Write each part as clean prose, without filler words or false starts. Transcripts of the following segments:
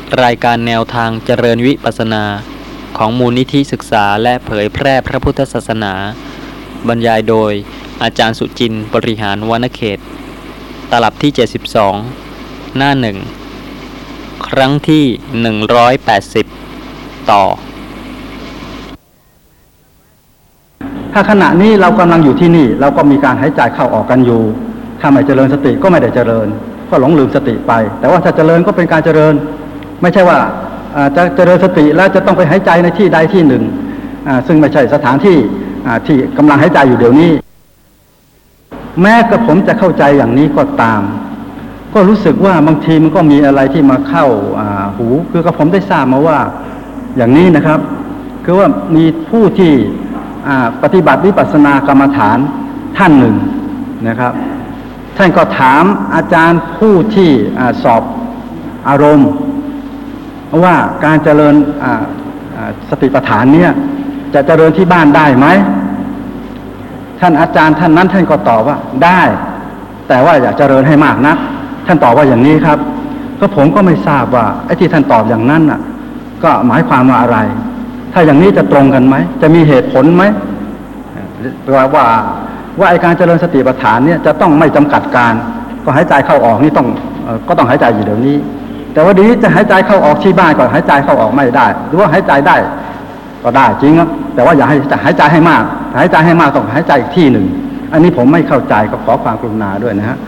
รายการแนวทางเจริญวิปัสสนาของมูลนิธิศึกษาและเผยแพร่พระพุทธศาสนาบรรยายโดยอาจารย์สุจินต์บริหารวรรณเขตตลับที่72หน้า1ครั้งที่180ต่อถ้าขณะนี้เรากำลังอยู่ที่นี่เราก็มีการหายใจเข้าออกกันอยู่ถ้าไม่เจริญสติก็ไม่ได้เจริญก็หลงลืมสติไปแต่ว่าถ้าเจริญก็เป็นการเจริญไม่ใช่ว่าจะเจริญสติแล้วจะต้องไปหายใจในที่ใดที่หนึ่งซึ่งไม่ใช่สถานที่ที่กำลังหายใจอยู่เดี๋ยวนี้แม้กระผมจะเข้าใจอย่างนี้ก็ตามก็รู้สึกว่าบางทีมันก็มีอะไรที่มาเข้าหูคือกระผมได้ทราบมาว่าอย่างนี้นะครับคือว่ามีผู้ที่ปฏิบัติวิปัสสนากรรมฐานท่านหนึ่งนะครับท่านก็ถามอาจารย์ผู้ที่สอบอารมณ์ว่าการเจริญสติปัฏฐานเนี่ยจะเจริญที่บ้านได้ไหมท่านอาจารย์ท่านนั้นท่านก็ตอบว่าได้แต่ว่าอย่าเจริญให้มากนักท่านตอบว่าอย่างนี้ครับก็ผมก็ไม่ทราบว่าไอ้ที่ท่านตอบอย่างนั้นน่ะก็หมายความว่าอะไรถ้าอย่างนี้จะตรงกันไหมจะมีเหตุผลไหมว่าไอ้การเจริญสติปัฏฐานเนี่ยจะต้องไม่จำกัดการก็หายใจเข้าออกนี่ก็ต้องหายใจอยู่เดี๋ยวนี้แต่ว่าดีจะหายใจเข้าออกที่บ้านก็หายใจเข้าออกไม่ได้หรือว่าหายใจได้ก็ได้จริงครับแต่ว่าอย่าให้หายใจให้มากหายใจให้มากต้องหายใจอีกที่หนึ่งอันนี้ผมไม่เข้าใจก็ขอความกรุณาด้วยนะฮะ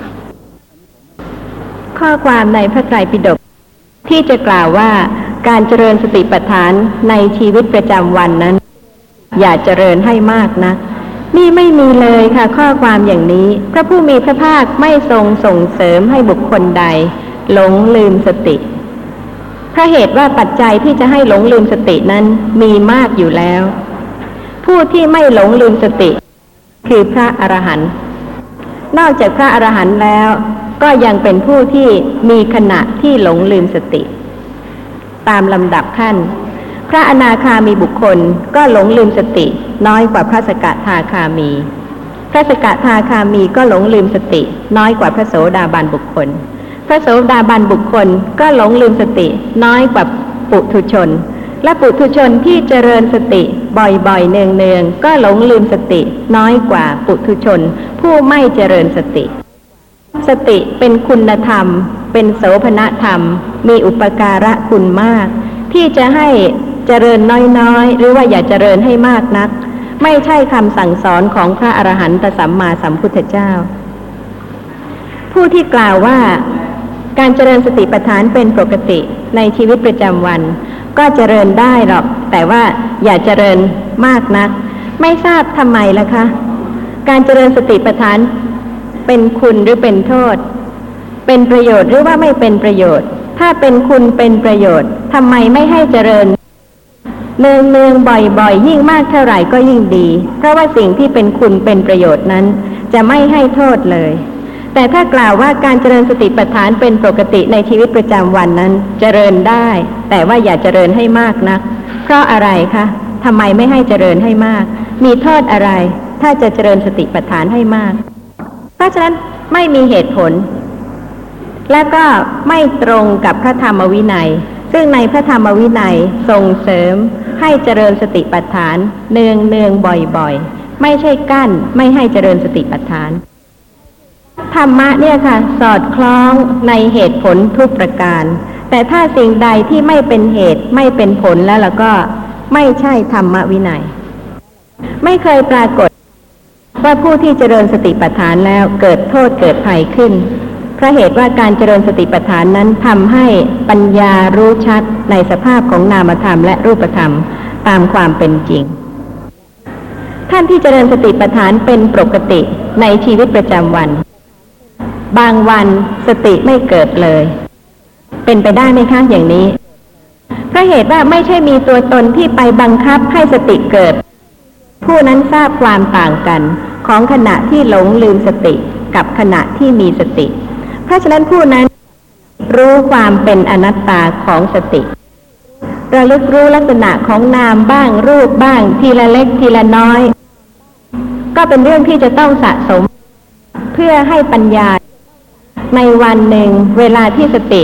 ข้อความในพระไตรปิฎกที่จะกล่าวว่าการเจริญสติปัฏฐานในชีวิตประจำวันนั้นอย่าเจริญให้มากนะนี่ไม่มีเลยค่ะข้อความอย่างนี้พระผู้มีพระภาคไม่ทรงส่งเสริมให้บุคคลใดหลงลืมสติเพราะเหตุว่าปัจจัยที่จะให้หลงลืมสตินั้นมีมากอยู่แล้วผู้ที่ไม่หลงลืมสติคือพระอรหันต์นอกจากพระอรหันต์แล้วก็ยังเป็นผู้ที่มีขณะที่หลงลืมสติตามลำดับขั้นพระอนาคามีบุคคลก็หลงลืมสติน้อยกว่าพระสกทาคามีพระสกทาคามีก็หลงลืมสติน้อยกว่าพระโสดาบันบุคคลพระโสดาบันบุคคลก็หลงลืมสติน้อยกว่าปุถุชนและปุถุชนที่เจริญสติบ่อยๆเนืองๆก็หลงลืมสติน้อยกว่าปุถุชนผู้ไม่เจริญสติสติเป็นคุณธรรมเป็นโสภณธรรมมีอุปการะคุณมากที่จะให้เจริญน้อยๆหรือว่าอย่าเจริญให้มากนักไม่ใช่คำสั่งสอนของพระอรหันตสัมมาสัมพุทธเจ้าผู้ที่กล่าวว่าการเจริญสติปัฏฐานเป็นปกติในชีวิตประจำวันก็เจริญได้หรอกแต่ว่าอย่าเจริญมากนักไม่ทราบทำไมล่ะคะการเจริญสติปัฏฐานเป็นคุณหรือเป็นโทษเป็นประโยชน์หรือว่าไม่เป็นประโยชน์ถ้าเป็นคุณเป็นประโยชน์ทำไมไม่ให้เจริญเนืองๆบ่อยๆยิ่งมากเท่าไหร่ก็ยิ่งดีเพราะว่าสิ่งที่เป็นคุณเป็นประโยชน์นั้นจะไม่ให้โทษเลยแต่ถ้ากล่าวว่าการเจริญสติปัฏฐานเป็นปกติในชีวิตประจำวันนั้นเจริญได้แต่ว่าอย่าเจริญให้มากนักเพราะอะไรคะทำไมไม่ให้เจริญให้มากมีโทษอะไรถ้าจะเจริญสติปัฏฐานให้มากเพราะฉะนั้นไม่มีเหตุผลและก็ไม่ตรงกับพระธรรมวินัยซึ่งในพระธรรมวินัยส่งเสริมให้เจริญสติปัฏฐานเนืองๆบ่อยๆไม่ใช่กั้นไม่ให้เจริญสติปัฏฐานธรรมะเนี่ยค่ะสอดคล้องในเหตุผลทุกประการแต่ถ้าสิ่งใดที่ไม่เป็นเหตุไม่เป็นผลแล้วก็ไม่ใช่ธรรมวินัยไม่เคยปรากฏว่าผู้ที่เจริญสติปัฏฐานแล้วเกิดโทษเกิดภัยขึ้นเพราะเหตุว่าการเจริญสติปัฏฐานนั้นทำให้ปัญญารู้ชัดในสภาพของนามธรรมและรูปธรรมตามความเป็นจริงท่านที่เจริญสติปัฏฐานเป็นปกติในชีวิตประจำวันบางวันสติไม่เกิดเลยเป็นไปได้ไหมคะอย่างนี้เพราะเหตุว่าไม่ใช่มีตัวตนที่ไปบังคับให้สติเกิดผู้นั้นทราบความต่างกันของขณะที่หลงลืมสติกับขณะที่มีสติเพราะฉะนั้นผู้นั้นรู้ความเป็นอนัตตาของสติระลึกรู้ลักษณะของนามบ้างรูปบ้างทีละเล็กทีละน้อยก็เป็นเรื่องที่จะต้องสะสมเพื่อให้ปัญญาในวันหนึ่งเวลาที่สติ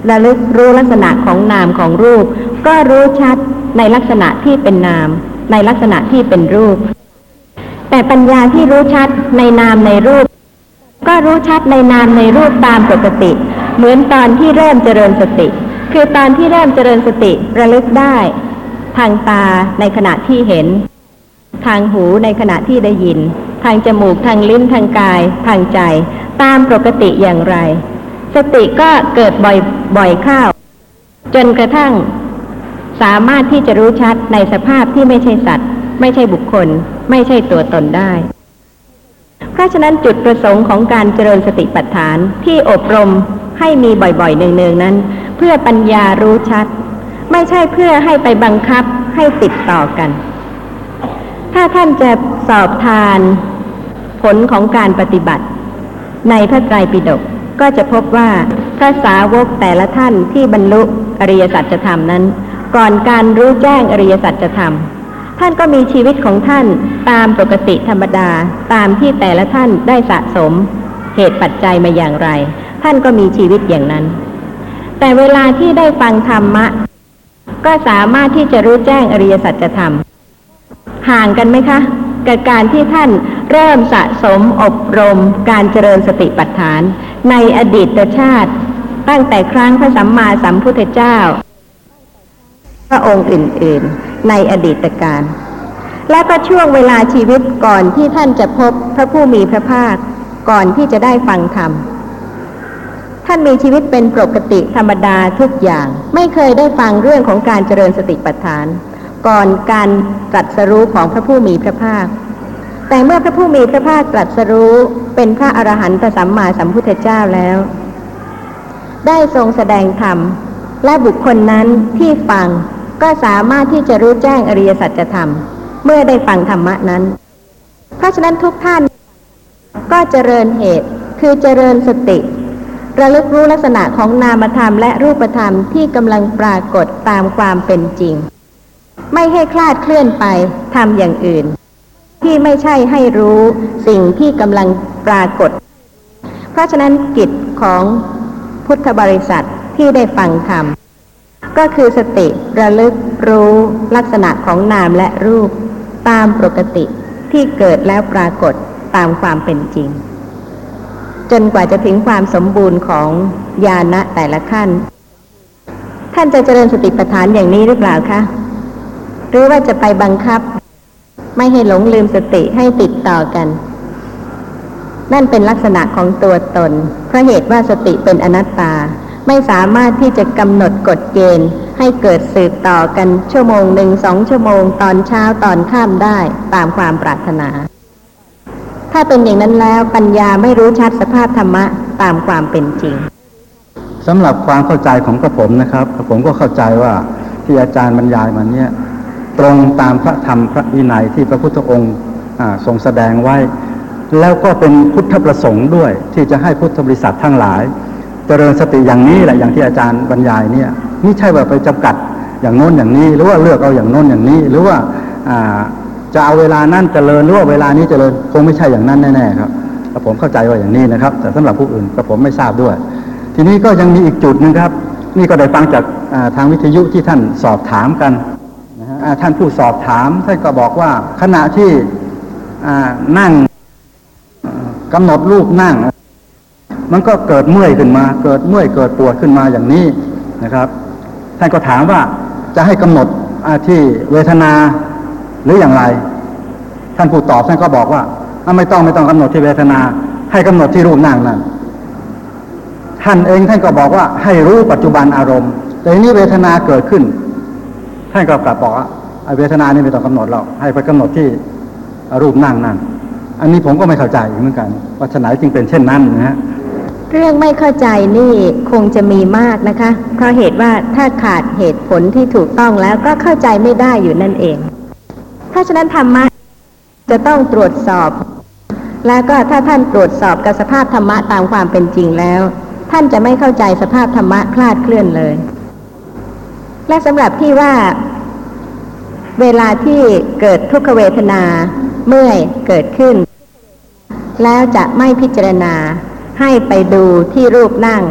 ระลึกรู้ลักษณะของนามของรูปก็รู้ชัดในลักษณะที่เป็นนามในลักษณะที่เป็นรูปแต่ปัญญาที่รู้ชัดในนามในรูปก็รู้ชัดในนามในรูปตามปกติเหมือนตอนที่เริ่มเจริญสติคือตอนที่เริ่มเจริญสติระลึกได้ทางตาในขณะที่เห็นทางหูในขณะที่ได้ยินทางจมูกทางลิ้นทางกายทางใจตามปกติอย่างไรสติก็เกิดบ่อยเข้าจนกระทั่งสามารถที่จะรู้ชัดในสภาพที่ไม่ใช่สัตว์ไม่ใช่บุคคลไม่ใช่ตัวตนได้เพราะฉะนั้นจุดประสงค์ของการเจริญสติปัฏฐานที่อบรมให้มีบ่อยๆเนืองๆนั้นเพื่อปัญญารู้ชัดไม่ใช่เพื่อให้ไปบังคับให้ติดต่อกันถ้าท่านจะสอบทานผลของการปฏิบัติในพระไตรปิฎกก็จะพบว่าพระสาวกแต่ละท่านที่บรรลุอริยสัจธรรมนั้นก่อนการรู้แจ้งอริยสัจธรรมท่านก็มีชีวิตของท่านตามปกติธรรมดาตามที่แต่ละท่านได้สะสมเหตุปัจจัยมาอย่างไรท่านก็มีชีวิตอย่างนั้นแต่เวลาที่ได้ฟังธรรมะก็สามารถที่จะรู้แจ้งอริยสัจธรรมห่างกันไหมคะกับการที่ท่านเริ่มสะสมอบรมการเจริญสติปัฏฐานในอดีตชาติตั้งแต่ครั้งพระสัมมาสัมพุทธเจ้าพระองค์อื่นๆในอดีตกาลและก็ช่วงเวลาชีวิตก่อนที่ท่านจะพบพระผู้มีพระภาคก่อนที่จะได้ฟังธรรมท่านมีชีวิตเป็นปกติธรรมดาทุกอย่างไม่เคยได้ฟังเรื่องของการเจริญสติปัฏฐานก่อนการตรัสรู้ของพระผู้มีพระภาคแต่เมื่อพระผู้มีพระภาคตรัสรู้เป็นพระอรหันตสัมมาสัมพุทธเจ้าแล้วได้ทรงแสดงธรรมและบุคคลนั้นที่ฟังก็สามารถที่จะรู้แจ้งอริยสัจธรรมเมื่อได้ฟังธรรมะนั้นเพราะฉะนั้นทุกท่านก็เจริญเหตุคือเจริญสติระลึกรู้ลักษณะของนามธรรมและรูปธรรมที่กำลังปรากฏตามความเป็นจริงไม่ให้คลาดเคลื่อนไปทำอย่างอื่นที่ไม่ใช่ให้รู้สิ่งที่กำลังปรากฏเพราะฉะนั้นกิจของพุทธบริษัทที่ได้ฟังธรรมก็คือสติระลึกรู้ลักษณะของนามและรูปตามปกติที่เกิดแล้วปรากฏตามความเป็นจริงจนกว่าจะถึงความสมบูรณ์ของญาณะแต่ละขั้นท่านจะเจริญสติปัฏฐานอย่างนี้หรือเปล่าคะหรือว่าจะไปบังคับไม่ให้หลงลืมสติให้ติดต่อกันนั่นเป็นลักษณะของตัวตนเพราะเหตุว่าสติเป็นอนัตตาไม่สามารถที่จะกำหนดกฎเกณฑ์ให้เกิดสืบต่อกันชั่วโมงหนึ่ง2 ชั่วโมงตอนเช้าตอนค่ำได้ตามความปรารถนาถ้าเป็นอย่างนั้นแล้วปัญญาไม่รู้ชัดสภาพธรรมะตามความเป็นจริงสำหรับความเข้าใจของกระผมนะครับกระผมก็เข้าใจว่าที่อาจารย์บรรยายมาเนี่ยตรงตามพระธรรมพระวินัยที่พระพุทธองค์ทรงแสดงไว้แล้วก็เป็นพุทธประสงค์ด้วยที่จะให้พุทธบริษัททั้งหลายเจริญสติอย่างนี้แหละอย่างที่อาจารย์บรรยายเนี่ยไม่ใช่ว่าไปจำกัดอย่างโน้นอย่างนี้หรือว่าเลือกเอาอย่างโน้นอย่างนี้หรือว่าจะเอาเวลานั้นเจริญหรือว่าเวลานี้เจริญคงไม่ใช่อย่างนั้นแน่ๆครับผมเข้าใจว่าอย่างนี้นะครับแต่สำหรับผู้อื่นผมไม่ทราบด้วยทีนี้ก็ยังมีอีกจุดนึงครับนี่ก็ได้ฟังจากทางวิทยุที่ท่านสอบถามกันนะฮะท่านผู้สอบถามท่านก็บอกว่าขณะที่นั่งกำหนดรูปนั่งมันก็เกิดเมื่อยขึ้นมาเกิดเมื่อยเกิดปวดขึ้นมาอย่างนี้นะครับท่านก็ถามว่าจะให้กำหนดที่เวทนาหรืออย่างไรท่านผู้ตอบท่านก็บอกว่าไม่ต้องกำหนดที่เวทนาให้กำหนดที่รูปนั่งนั่นท่านเองท่านก็บอกว่าให้รู้ปัจจุบันอารมณ์แต่นี้เวทนาเกิดขึ้นท่านก็กลับบอกว่าเวทนานี่ไม่ต้องกำหนดเราให้ไปกำหนดที่รูปนั่งนั่นอันนี้ผมก็ไม่เข้าใจเหมือนกันว่าฉะไหนจึงเป็นเช่นนั้นนะฮะเรื่องไม่เข้าใจนี่คงจะมีมากนะคะเพราะเหตุว่าถ้าขาดเหตุผลที่ถูกต้องแล้วก็เข้าใจไม่ได้อยู่นั่นเองเพราะฉะนั้นธรรมะจะต้องตรวจสอบแล้วก็ถ้าท่านตรวจสอบกับสภาพธรรมะตามความเป็นจริงแล้วท่านจะไม่เข้าใจสภาพธรรมะคลาดเคลื่อนเลยและสำหรับที่ว่าเวลาที่เกิดทุกขเวทนาเมื่อยเกิดขึ้นแล้วจะไม่พิจารณาให้ไปดูที่รูปนั่ง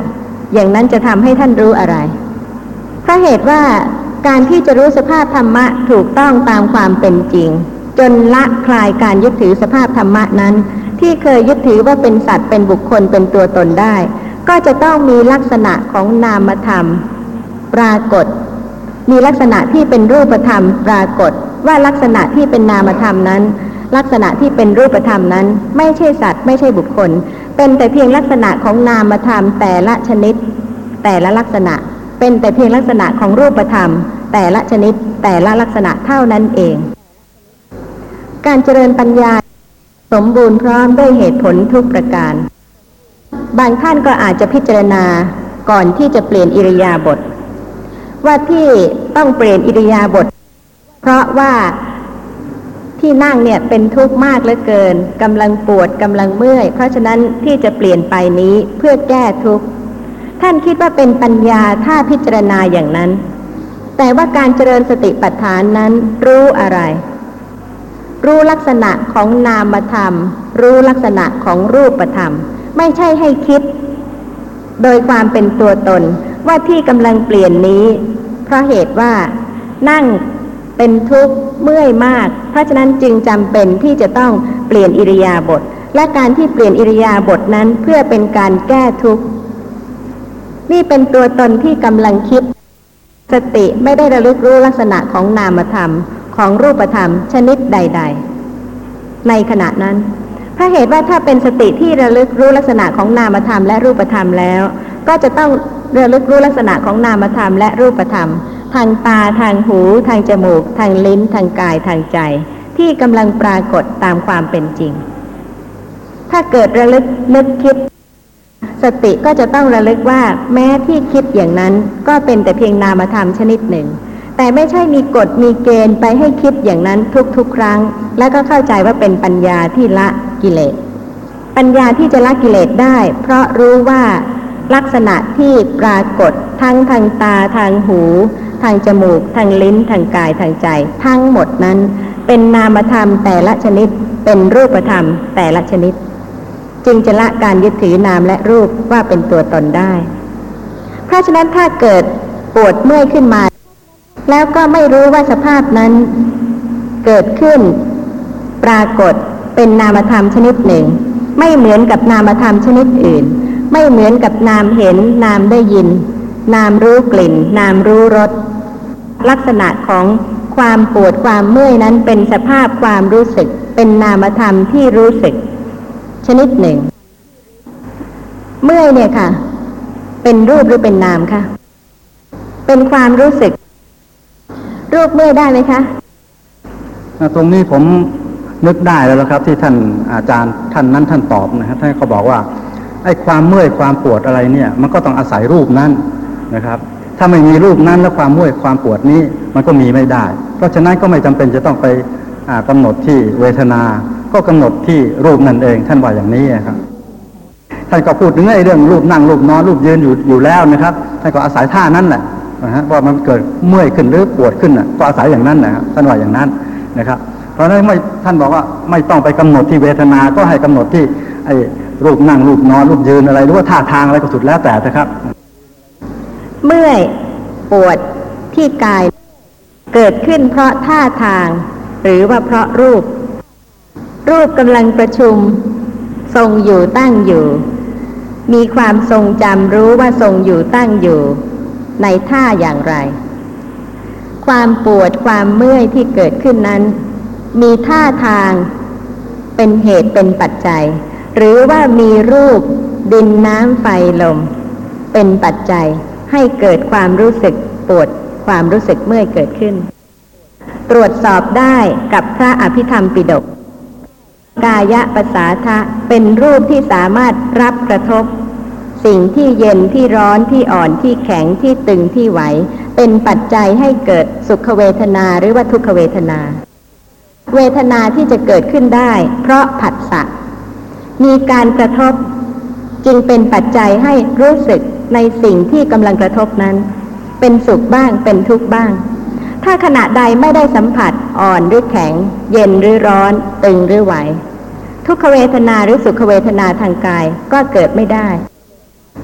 อย่างนั้นจะทำให้ท่านรู้อะไรเพราะเหตุว่าการที่จะรู้สภาพธรรมะถูกต้องตามความเป็นจริงจนละคลายการยึดถือสภาพธรรมะนั้นที่เคยยึดถือว่าเป็นสัตว์เป็นบุคคลเป็นตัวตนได้ก็จะต้องมีลักษณะของนามธรรมปรากฏมีลักษณะที่เป็นรูปธรรมปรากฏว่าลักษณะที่เป็นนามธรรมนั้นลักษณะที่เป็นรูปธรรมนั้นไม่ใช่สัตว์ไม่ใช่บุคคลเป็นแต่เพียงลักษณะของนามธรรมแต่ละชนิดแต่ละลักษณะเป็นแต่เพียงลักษณะของรูปธรรมแต่ละชนิดแต่ละลักษณะเท่านั้นเองการเจริญปัญญาสมบูรณ์พร้อมด้วยเหตุผลทุกประการบางท่านก็อาจจะพิจารณาก่อนที่จะเปลี่ยนอิริยาบถว่าที่ต้องเปลี่ยนอิริยาบถเพราะว่าที่นั่งเนี่ยเป็นทุกข์มากเหลือเกินกำลังปวดกำลังเมื่อยเพราะฉะนั้นที่จะเปลี่ยนไปนี้เพื่อแก้ทุกข์ท่านคิดว่าเป็นปัญญาถ้าพิจารณาอย่างนั้นแต่ว่าการเจริญสติปัฏฐานนั้นรู้อะไรรู้ลักษณะของนามธรรมรู้ลักษณะของรูปธรรมไม่ใช่ให้คิดโดยความเป็นตัวตนว่าที่กำลังเปลี่ยนนี้เพราะเหตุว่านั่งเป็นทุกข์เมื่อยมากเพราะฉะนั้นจึงจำเป็นที่จะต้องเปลี่ยนอิริยาบถและการที่เปลี่ยนอิริยาบถนั้นเพื่อเป็นการแก้ทุกข์นี่เป็นตัวตนที่กำลังคิดสติไม่ได้ระลึกรู้ลักษณะของนามธรรมของรูปธรรมชนิดใดๆในขณะนั้นเพราะเหตุว่าถ้าเป็นสติที่ระลึกรู้ลักษณะของนามธรรมและรูปธรรมแล้วก็จะต้องระลึกรู้ลักษณะของนามธรรมและรูปธรรมทางตาทางหูทางจมูกทางลิ้นทางกายทางใจที่กำลังปรากฏตามความเป็นจริงถ้าเกิดระลึกนึกคิดสติก็จะต้องระลึกว่าแม้ที่คิดอย่างนั้นก็เป็นแต่เพียงนามธรรมชนิดหนึ่งแต่ไม่ใช่มีกฎมีเกณฑ์ไปให้คิดอย่างนั้นทุกๆครั้งแล้วก็เข้าใจว่าเป็นปัญญาที่ละกิเลสปัญญาที่จะละกิเลสได้เพราะรู้ว่าลักษณะที่ปรากฏทั้งทางตาทางหูทางจมูกทางลิ้นทางกายทางใจทั้งหมดนั้นเป็นนามธรรมแต่ละชนิดเป็นรูปธรรมแต่ละชนิดจึงจะละการยึดถือนามและรูปว่าเป็นตัวตนได้เพราะฉะนั้นถ้าเกิดปวดเมื่อยขึ้นมาแล้วก็ไม่รู้ว่าสภาพนั้นเกิดขึ้นปรากฏเป็นนามธรรมชนิดหนึ่งไม่เหมือนกับนามธรรมชนิดอื่นไม่เหมือนกับนามเห็นนามได้ยินนามรู้กลิ่นนามรู้รสลักษณะของความปวดความเมื่อยนั้นเป็นสภาพความรู้สึกเป็นนามธรรมที่รู้สึกชนิดหนึ่งเมื่อยเนี่ยค่ะเป็นรูปหรือเป็นนามคะเป็นความรู้สึกรูปเมื่อยได้ไหมคะตรงนี้ผมนึกได้แล้วครับที่ท่านอาจารย์ท่านนั้นท่านตอบนะครับท่านเขาบอกว่าไอ้ความเมื่อยความปวดอะไรเนี่ยมันก็ต้องอาศัยรูปนั้นนะครับถ้าไม่มีรูปนั้นแล้วความเมื่อยความปวดนี้มันก็มีไม่ได้เพราะฉะนั้นก็ไม่จำเป็นจะต้องไปกำหนดที่เวทนาก็กำหนดที่รูปนั่นเองท่านว่าอย่างนี้ครับท่านก็พูดถึงไอ้เรื่องรูปนั่งรูปนอนรูปยืนอยู่แล้วนะครับท่านก็อาศัยท่านั้นแหละนะฮะว่ามันเกิดเมื่อยขึ้นหรือปวดขึ้นก็อาศัยอย่างนั้นนะครับท่านว่าอย่างนั้นนะครับเพราะฉะนั้นท่านบอกว่าไม่ต้องไปกำหนดที่เวทนาก็ให้กำหนดที่ไอ้รูปนั่งรูปนอนรูปยืนอะไรหรือว่าท่าทางอะไรก็สุดแล้วแต่นะครับเมื่อยปวดที่กายเกิดขึ้นเพราะท่าทางหรือว่าเพราะรูปกำลังประชุมทรงอยู่ตั้งอยู่มีความทรงจำรู้ว่าทรงอยู่ตั้งอยู่ในท่าอย่างไรความปวดความเมื่อยที่เกิดขึ้นนั้นมีท่าทางเป็นเหตุเป็นปัจจัยหรือว่ามีรูปดินน้ำไฟลมเป็นปัจจัยให้เกิดความรู้สึกปวดความรู้สึกเมื่อยเกิดขึ้นตรวจสอบได้กับพระอภิธรรมปิฎกกายะปัสสาทะเป็นรูปที่สามารถรับกระทบสิ่งที่เย็นที่ร้อนที่อ่อนที่แข็งที่ตึงที่ไหวเป็นปัจจัยให้เกิดสุขเวทนาหรือว่าทุกขเวทนาเวทนาที่จะเกิดขึ้นได้เพราะผัสสะมีการกระทบจึงเป็นปัจจัยให้รู้สึกในสิ่งที่กำลังกระทบนั้นเป็นสุขบ้างเป็นทุกข์บ้างถ้าขณะใดไม่ได้สัมผัสอ่อนหรือแข็งเย็นหรือร้อนตึงหรือไหวทุกขเวทนาหรือสุขเวทนาทางกายก็เกิดไม่ได้เพราะ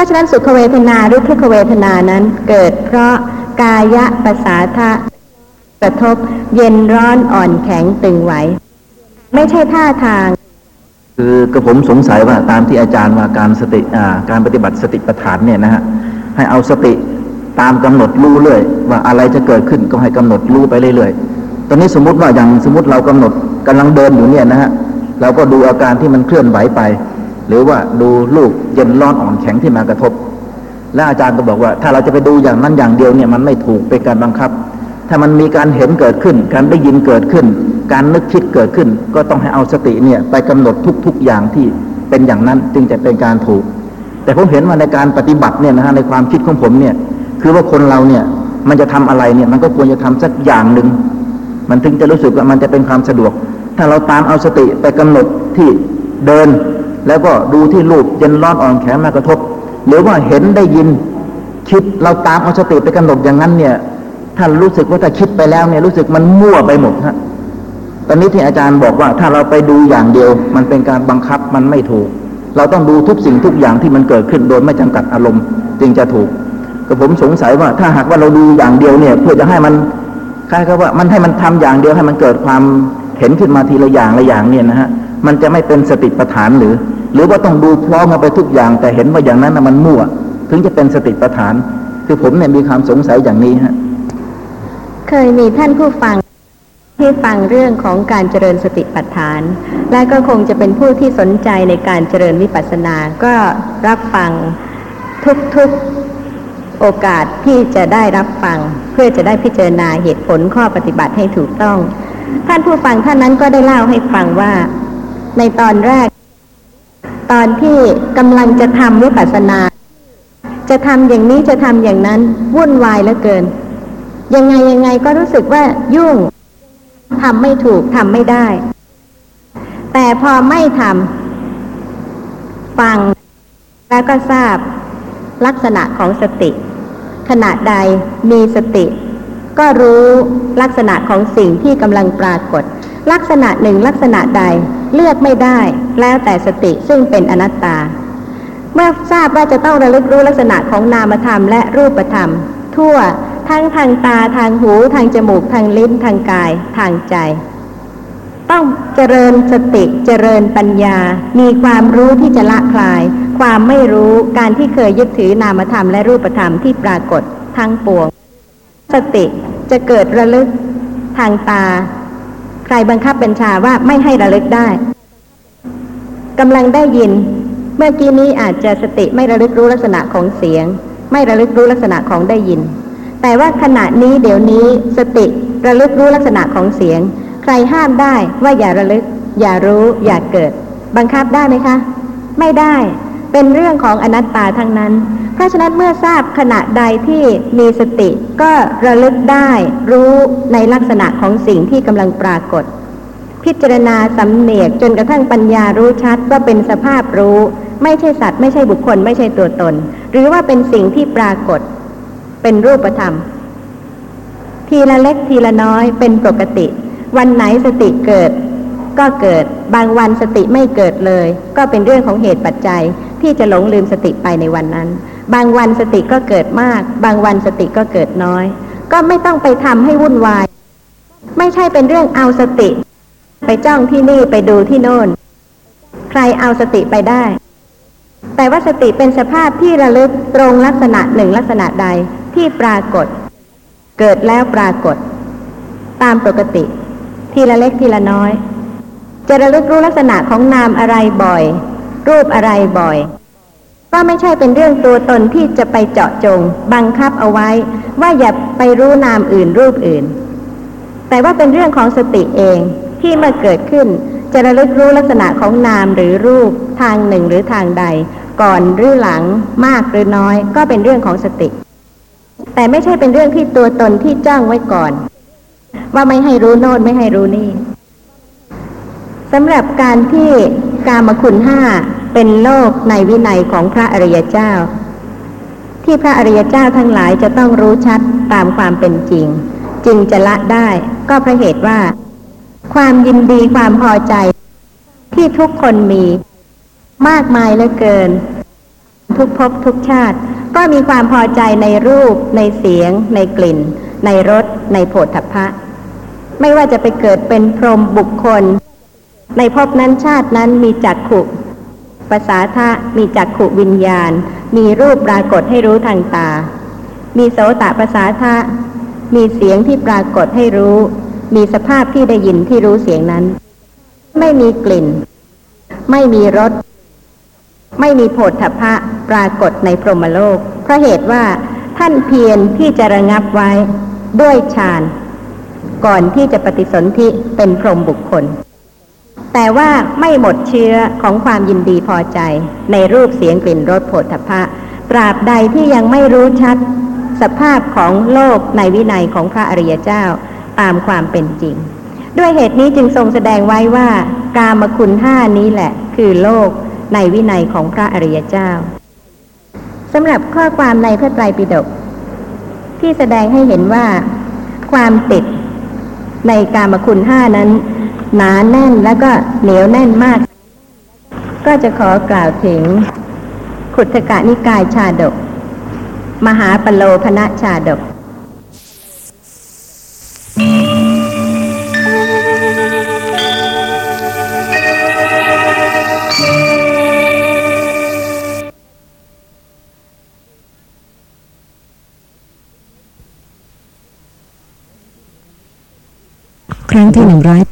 ะฉะนั้นสุขเวทนาหรือทุกขเวทนานั้นเกิดเพราะกายะปสาทะกระทบเย็นร้อนอ่อนแข็งตึงไหวไม่ใช่ท่าทางคือกระผมสงสัยว่าตามที่อาจารย์ว่าการปฏิบัติสติปัฏฐานเนี่ยนะฮะให้เอาสติตามกำหนดรู้เรื่อยว่าอะไรจะเกิดขึ้นก็ให้กำหนดรู้ไปเรื่อยๆตอนนี้สมมติว่าอย่างสมมติเรากำหนดกำลังเดินอยู่เนี่ยนะฮะเราก็ดูอาการที่มันเคลื่อนไหวไปหรือว่าดูลูกเย็นร้อนอ่อนแข็งที่มากระทบและอาจารย์ก็บอกว่าถ้าเราจะไปดูอย่างนั้นอย่างเดียวเนี่ยมันไม่ถูกเป็นการบังคับถ้ามันมีการเห็นเกิดขึ้นการได้ยินเกิดขึ้นการนึกคิดเกิดขึ้นก็ต้องให้เอาสติเนี่ยไปกำหนดทุกๆอย่างที่เป็นอย่างนั้นจึงจะเป็นการถูกแต่ผมเห็นว่าในการปฏิบัติเนี่ยนะฮะในความคิดของผมเนี่ยคือว่าคนเราเนี่ยมันจะทำอะไรเนี่ยมันก็ควรจะทำสักอย่างหนึ่งมันถึงจะรู้สึกว่ามันจะเป็นความสะดวกถ้าเราตามเอาสติไปกำหนดที่เดินแล้วก็ดูที่รูปเย็นร้อนอ่อนแข็งมากระทบหรือว่าเห็นได้ยินคิดเราตามเอาสติไปกำหนดอย่างนั้นเนี่ยถ้ารู้สึกว่าถ้าคิดไปแล้วเนี่ยรู้สึกมันมั่วไปหมดฮะตอนนี้ที่อาจารย์บอกว่าถ้าเราไปดูอย่างเดียวมันเป็นการบังคับมันไม่ถูกเราต้องดูทุกสิ่งทุกอย่างที่มันเกิดขึ้นโดยไม่จำกัดอารมณ์จึงจะถูกก็ผมสงสัยว่าถ้าหากว่าเราดูอย่างเดียวเนี่ยเพื่อจะให้มันคล้ายกับว่ามันให้มันทำอย่างเดียวให้มันเกิดความเห็นขึ้นมาทีละอย่างละอย่างเนี่ยนะฮะมันจะไม่เป็นสติปัฏฐานหรือว่าต้องดูพร้อมกันไปทุกอย่างแต่เห็นว่าอย่างนั้นนะมันมั่วถึงจะเป็นสติปัฏฐานคือผมเนี่ยมีความสงสัยอย่างนี้ฮะเคยมีท่านผู้ฟังที่ฟังเรื่องของการเจริญสติปัฏฐานและก็คงจะเป็นผู้ที่สนใจในการเจริญวิปัสสนาก็รับฟังทุกโอกาสที่จะได้รับฟังเพื่อจะได้พิจารณาเหตุผลข้อปฏิบัติให้ถูกต้องท่านผู้ฟังท่านนั้นก็ได้เล่าให้ฟังว่าในตอนแรกตอนที่กำลังจะทำวิปัสสนาจะทำอย่างนี้จะทำอย่างนั้นวุ่นวายเหลือเกินยังไงก็รู้สึกว่ายุ่งทำไม่ถูกทำไม่ได้แต่พอไม่ทำฟังแล้วก็ทราบลักษณะของสติขณะใดมีสติก็รู้ลักษณะของสิ่งที่กำลังปรากฏลักษณะหนึ่งลักษณะใดเลือกไม่ได้แล้วแต่สติซึ่งเป็นอนัตตาเมื่อทราบว่าจะต้องระลึกรู้ลักษณะของนามธรรมและรูปธรรมทั่วทั้งทางตาทางหูทางจมูกทางลิ้นทางกายทางใจต้องเจริญสติเจริญปัญญามีความรู้ที่จะละคลายความไม่รู้การที่เคยยึดถือนามธรรมและรูปธรรมที่ปรากฏทั้งปวงสติจะเกิดระลึกทางตาใครบังคับบัญชาว่าไม่ให้ระลึกได้กำลังได้ยินเมื่อกี้นี้อาจจะสติไม่ระลึกรู้ลักษณะของเสียงไม่ระลึกรู้ลักษณะของได้ยินแต่ว่าขณะนี้เดี๋ยวนี้สติระลึกรู้ลักษณะของเสียงใครห้ามได้ว่าอย่าระลึกอย่ารู้อย่าเกิดบังคับได้ไหมคะไม่ได้เป็นเรื่องของอนัตตาทั้งนั้นเพราะฉะนั้นเมื่อทราบขณะใดที่มีสติก็ระลึกได้รู้ในลักษณะของสิ่งที่กำลังปรากฏพิจารณาสำเนียกจนกระทั่งปัญญารู้ชัดว่าเป็นสภาพรู้ไม่ใช่สัตว์ไม่ใช่บุคคลไม่ใช่ตัวตนหรือว่าเป็นสิ่งที่ปรากฏเป็นรูปธรรมทีละเล็กทีละน้อยเป็นปกติวันไหนสติเกิดก็เกิดบางวันสติไม่เกิดเลยก็เป็นเรื่องของเหตุปัจจัยที่จะหลงลืมสติไปในวันนั้นบางวันสติก็เกิดมากบางวันสติก็เกิดน้อยก็ไม่ต้องไปทำให้วุ่นวายไม่ใช่เป็นเรื่องเอาสติไปจ้องที่นี่ไปดูที่โน่นใครเอาสติไปได้แต่ว่าสติเป็นสภาพที่ระลึกตรงลักษณะหนึ่งลักษณะใดที่ปรากฏเกิดแล้วปรากฏตามปกติทีละเล็กทีละน้อยจะระลึกรู้ลักษณะของนามอะไรบ่อยรูปอะไรบ่อยก็ไม่ใช่เป็นเรื่องตัวตนที่จะไปเจาะจงบังคับเอาไว้ว่าอย่าไปรู้นามอื่นรูปอื่นแต่ว่าเป็นเรื่องของสติเองที่เมื่อเกิดขึ้นจะระลึกรู้ลักษณะของนามหรือรูปทางหนึ่งหรือทางใดก่อนหรือหลังมากหรือน้อยก็เป็นเรื่องของสติแต่ไม่ใช่เป็นเรื่องที่ตัวตนที่จ้องไว้ก่อนว่าไม่ให้รู้โน่นไม่ให้รู้นี่สำหรับการที่กามคุณห้าเป็นโลกในวินัยของพระอริยเจ้าที่พระอริยเจ้าทั้งหลายจะต้องรู้ชัดตามความเป็นจริงจึงจะละได้ก็เพราะเหตุว่าความยินดีความพอใจที่ทุกคนมีมากมายเหลือเกินทุกภพทุกชาติก็มีความพอใจในรูปในเสียงในกลิ่นในรสในโผฏฐัพพะไม่ว่าจะไปเกิดเป็นพรหมบุคคลในภพนั้นชาตินั้นมีจักขุประสาทะมีจักขุวิญญาณมีรูปปรากฏให้รู้ทางตามีโสตประสาทะมีเสียงที่ปรากฏให้รู้มีสภาพที่ได้ยินที่รู้เสียงนั้นไม่มีกลิ่นไม่มีรสไม่มีโผฏฐัพพะปรากฏในพรหมโลกเพราะเหตุว่าท่านเพียรที่จะระงับไว้ด้วยฌานก่อนที่จะปฏิสนธิเป็นพรหมบุคคลแต่ว่าไม่หมดเชื้อของความยินดีพอใจในรูปเสียงกลิ่นรสโผฏฐัพพะตราบใดที่ยังไม่รู้ชัดสภาพของโลกในวินัยของพระอริยเจ้าตามความเป็นจริงด้วยเหตุนี้จึงทรงแสดงไว้ว่ากามคุณห้านี้แหละคือโลกในวินัยของพระอริยเจ้าสำหรับข้อความในพระไตรปิฎกที่แสดงให้เห็นว่าความติดในกามคุณห้านั้นหนาแน่นแล้วก็เหนียวแน่นมากก็จะขอกล่าวถึงขุททกนิกายชาดกมหาปโลภนชาดกครั้งที่181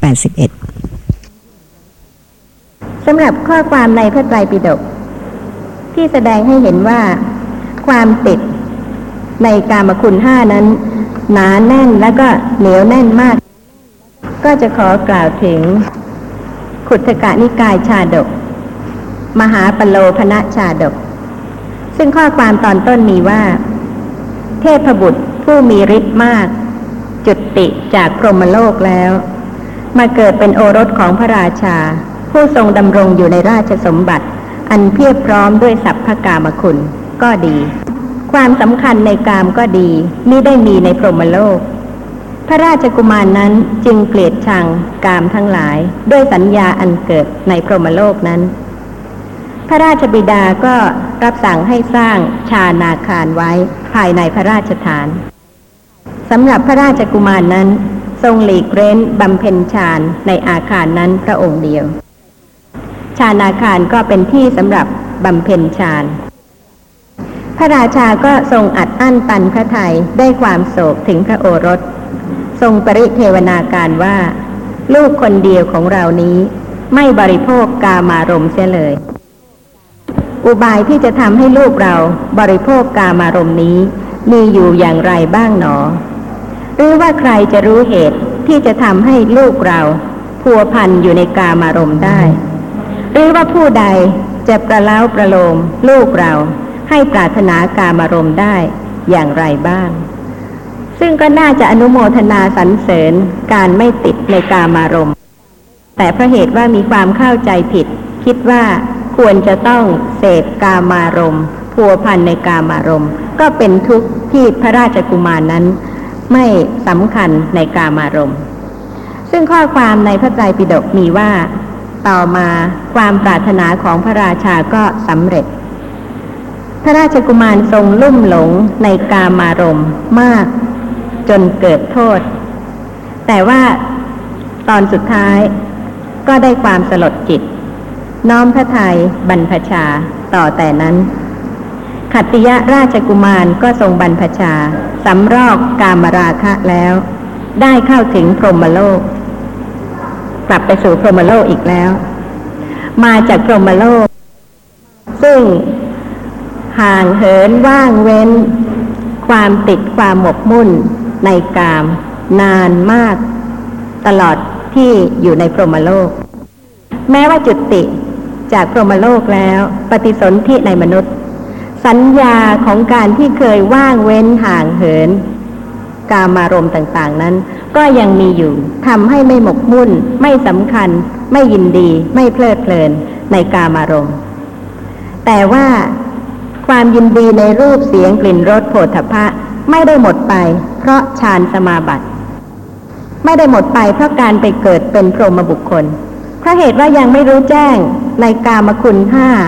สำหรับข้อความในพระไตรปิฎกที่แสดงให้เห็นว่าความติดในกามคุณห้านั้นหนาแน่นแล้วก็เหนียวแน่นมากก็จะขอกล่าวถึงขุททกนิกายชาดกมหาปโลภนชาดกซึ่งข้อความตอนต้นมีว่าเทพบุตรผู้มีฤทธิ์มากจุติจากพรหมโลกแล้วมาเกิดเป็นโอรสของพระราชาผู้ทรงดำรงอยู่ในราชสมบัติอันเพียบพร้อมด้วยสัพพกามคุณก็ดีความสำคัญในกามก็ดีมิได้มีในพรหมโลกพระราชกุมารนั้นจึงเกลียดชังกามทั้งหลายด้วยสัญญาอันเกิดในพรหมโลกนั้นพระราชบิดาก็รับสั่งให้สร้างชานาคารไว้ภายในพระราชฐานสำหรับพระราชกุมารนั้นทรงหลีกเร้นบำเพ็ญฌานในอาคารนั้นพระองค์เดียวฌานาคารก็เป็นที่สำหรับบำเพ็ญฌานพระราชาก็ทรงอัดอั้นตันพระทัยได้ความโศกถึงพระโอรสทรงปริเทวนาการว่าลูกคนเดียวของเรานี้ไม่บริโภคกามารมณ์เสียเลยอุบายที่จะทำให้ลูกเราบริโภคกามารมณ์นี้มีอยู่อย่างไรบ้างหนอหรือว่าใครจะรู้เหตุที่จะทำให้ลูกเราพัวพันอยู่ในกามารมณ์ได้หรือว่าผู้ใดจะประเล้าประโลมลูกเราให้ปรารถนากามารมณ์ได้อย่างไรบ้างซึ่งก็น่าจะอนุโมทนาสรรเสริญการไม่ติดในกามารมณ์แต่เพราะเหตุว่ามีความเข้าใจผิดคิดว่าควรจะต้องเสพกามารมณ์พัวพันในกามารมณ์ก็เป็นทุกข์ที่พระราชกุมารนั้นไม่สำคัญในกามารมณ์ซึ่งข้อความในพระไตรปิฎกมีว่าต่อมาความปรารถนาของพระราชาก็สำเร็จพระราชกุมารทรงลุ่มหลงในกามารมณ์มากจนเกิดโทษแต่ว่าตอนสุดท้ายก็ได้ความสลดจิตน้อมพระทัยบรรพชาต่อแต่นั้นขัตติยราชกุมารก็ทรงบรรพชาสำรอกกามราคะแล้วได้เข้าถึงพรหมโลกกลับไปสู่พรหมโลกอีกแล้วมาจากพรหมโลกซึ่งห่างเหินว่างเว้นความติดความหมกมุ่นในกามนานมากตลอดที่อยู่ในพรหมโลกแม้ว่าจุติจากพรหมโลกแล้วปฏิสนธิในมนุษย์สัญญาของการที่เคยว่างเว้นห่างเหินกามารมณ์ต่างๆนั้นก็ยังมีอยู่ทำให้ไม่หมกมุ่นไม่สำคัญไม่ยินดีไม่เพลิดเพลินในกามารมณ์แต่ว่าความยินดีในรูปเสียงกลิ่นรสโผฏฐัพพะไม่ได้หมดไปเพราะฌานสมาบัติไม่ได้หมดไปเพราะการไปเกิดเป็นพรหมบุคคลเพราะเหตุว่ายังไม่รู้แจ้งในกามคุณห้า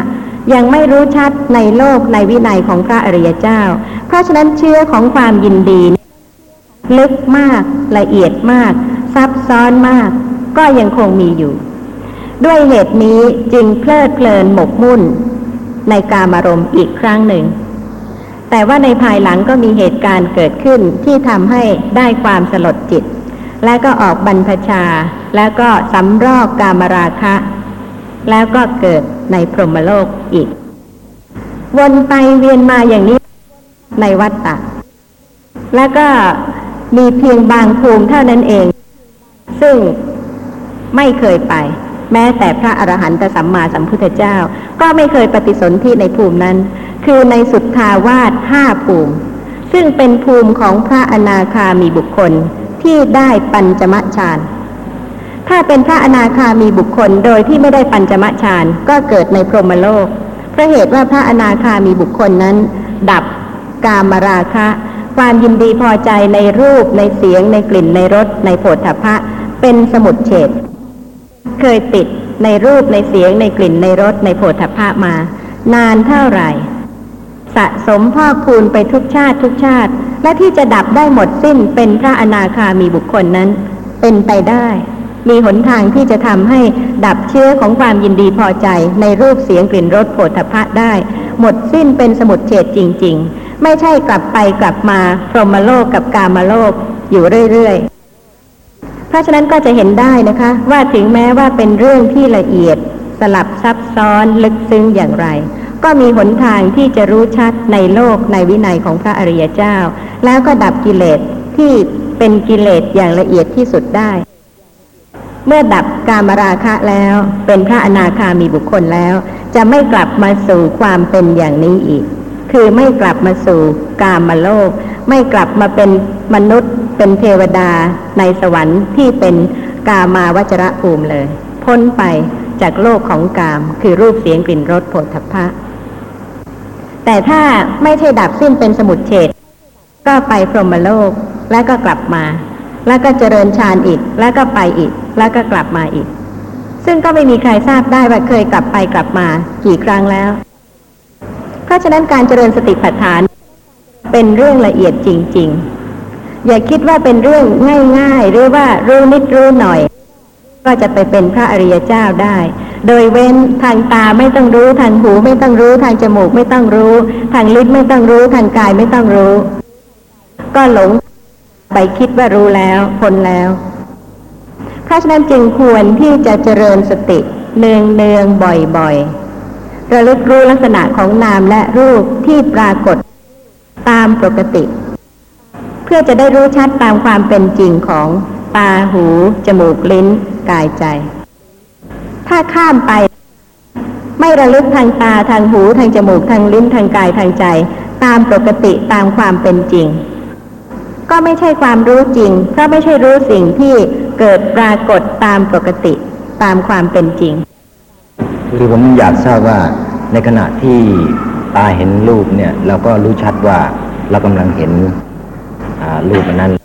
ยังไม่รู้ชัดในโลกในวินัยของพระอริยเจ้าเพราะฉะนั้นเชื้อของความยินดีลึกมากละเอียดมากซับซ้อนมากก็ยังคงมีอยู่ด้วยเหตุนี้จึงเพลิดเพลินหมกมุ่นในกามารมณ์อีกครั้งหนึ่งแต่ว่าในภายหลังก็มีเหตุการณ์เกิดขึ้นที่ทำให้ได้ความสลดจิตและก็ออกบรรพชาแล้วก็สำรอกกามราคะแล้วก็เกิดในพรหมโลกอีกวนไปเวียนมาอย่างนี้ในวัฏฏะแล้วก็มีเพียงบางภูมิเท่านั้นเองซึ่งไม่เคยไปแม้แต่พระอรหันตสัมมาสัมพุทธเจ้าก็ไม่เคยปฏิสนธิในภูมินั้นคือในสุทธาวาส5ภูมิซึ่งเป็นภูมิของพระอนาคามีบุคคลที่ได้ปัญจมฌานถ้าเป็นพระอนาคามีบุคคลโดยที่ไม่ได้ปัญจมฌานก็เกิดในพรหมโลกเพราะเหตุว่าพระอนาคามีบุคคลนั้นดับกามราคะความยินดีพอใจในรูปในเสียงในกลิ่นในรสในโผฏฐัพพะเป็นสมุจเฉทเคยติดในรูปในเสียงในกลิ่นในรสในโผฏฐัพพะมานานเท่าไหร่สะสมพอกพูนไปทุกชาติทุกชาติและที่จะดับได้หมดสิ้นเป็นพระอนาคามีบุคคลนั้นเป็นไปได้มีหนทางที่จะทำให้ดับเชื้อของความยินดีพอใจในรูปเสียงกลิ่นรสโผฏฐัพพะได้หมดสิ้นเป็นสมุจเฉทจริงๆไม่ใช่กลับไปกลับมาพรหมโลกกับกามโลกอยู่เรื่อยๆเพราะฉะนั้นก็จะเห็นได้นะคะว่าถึงแม้ว่าเป็นเรื่องที่ละเอียดสลับซับซ้อนลึกซึ้งอย่างไรก็มีหนทางที่จะรู้ชัดในโลกในวินัยของพระอริยเจ้าแล้วก็ดับกิเลสที่เป็นกิเลสอย่างละเอียดที่สุดได้เมื่อดับกามราคะแล้วเป็นพระอนาคามีบุคคลแล้วจะไม่กลับมาสู่ความเป็นอย่างนี้อีกคือไม่กลับมาสู่กามโลกไม่กลับมาเป็นมนุษย์เป็นเทวดาในสวรรค์ที่เป็นกามาวจรภูมิเลยพ้นไปจากโลกของกามคือรูปเสียงกลิ่นรสโผฏฐัพพะแต่ถ้าไม่ใช่ดับสิ้นเป็นสมุจเฉทก็ไปพรหมโลกแล้วก็กลับมาแล้วก็เจริญฌานอีกแล้วก็ไปอีกแล้วก็กลับมาอีกซึ่งก็ไม่มีใครทราบได้ว่าเคยกลับไปกลับมากี่ครั้งแล้วเพราะฉะนั้นการเจริญสติปัฏฐานเป็นเรื่องละเอียดจริงๆอย่าคิดว่าเป็นเรื่องง่ายๆหรือว่ารู้นิดรู้หน่อยก็จะไปเป็นพระอริยเจ้าได้โดยเว้นทางตาไม่ต้องรู้ทางหูไม่ต้องรู้ทางจมูกไม่ต้องรู้ทางลิ้นไม่ต้องรู้ทางกายไม่ต้องรู้ก็หลงไปคิดว่ารู้แล้วพ้นแล้วเพราะฉะนั้นจึงควรที่จะเจริญสติเนืองๆบ่อยๆระลึกรู้ลักษณะของนามและรูปที่ปรากฏตามปกติเพื่อจะได้รู้ชัดตามความเป็นจริงของตาหูจมูกลิ้นกายใจถ้าข้ามไปไม่ระลึกทางตาทางหูทางจมูกทางลิ้นทางกายทางใจตามปกติตามความเป็นจริงก็ไม่ใช่ความรู้จริงเพราะไม่ใช่รู้สิ่งที่เกิดปรากฏตามปกติตามความเป็นจริงคือผมอยากทราบว่าในขณะที่ตาเห็นรูปเนี่ยเราก็รู้ชัดว่าเรากำลังเห็นรูปนั้น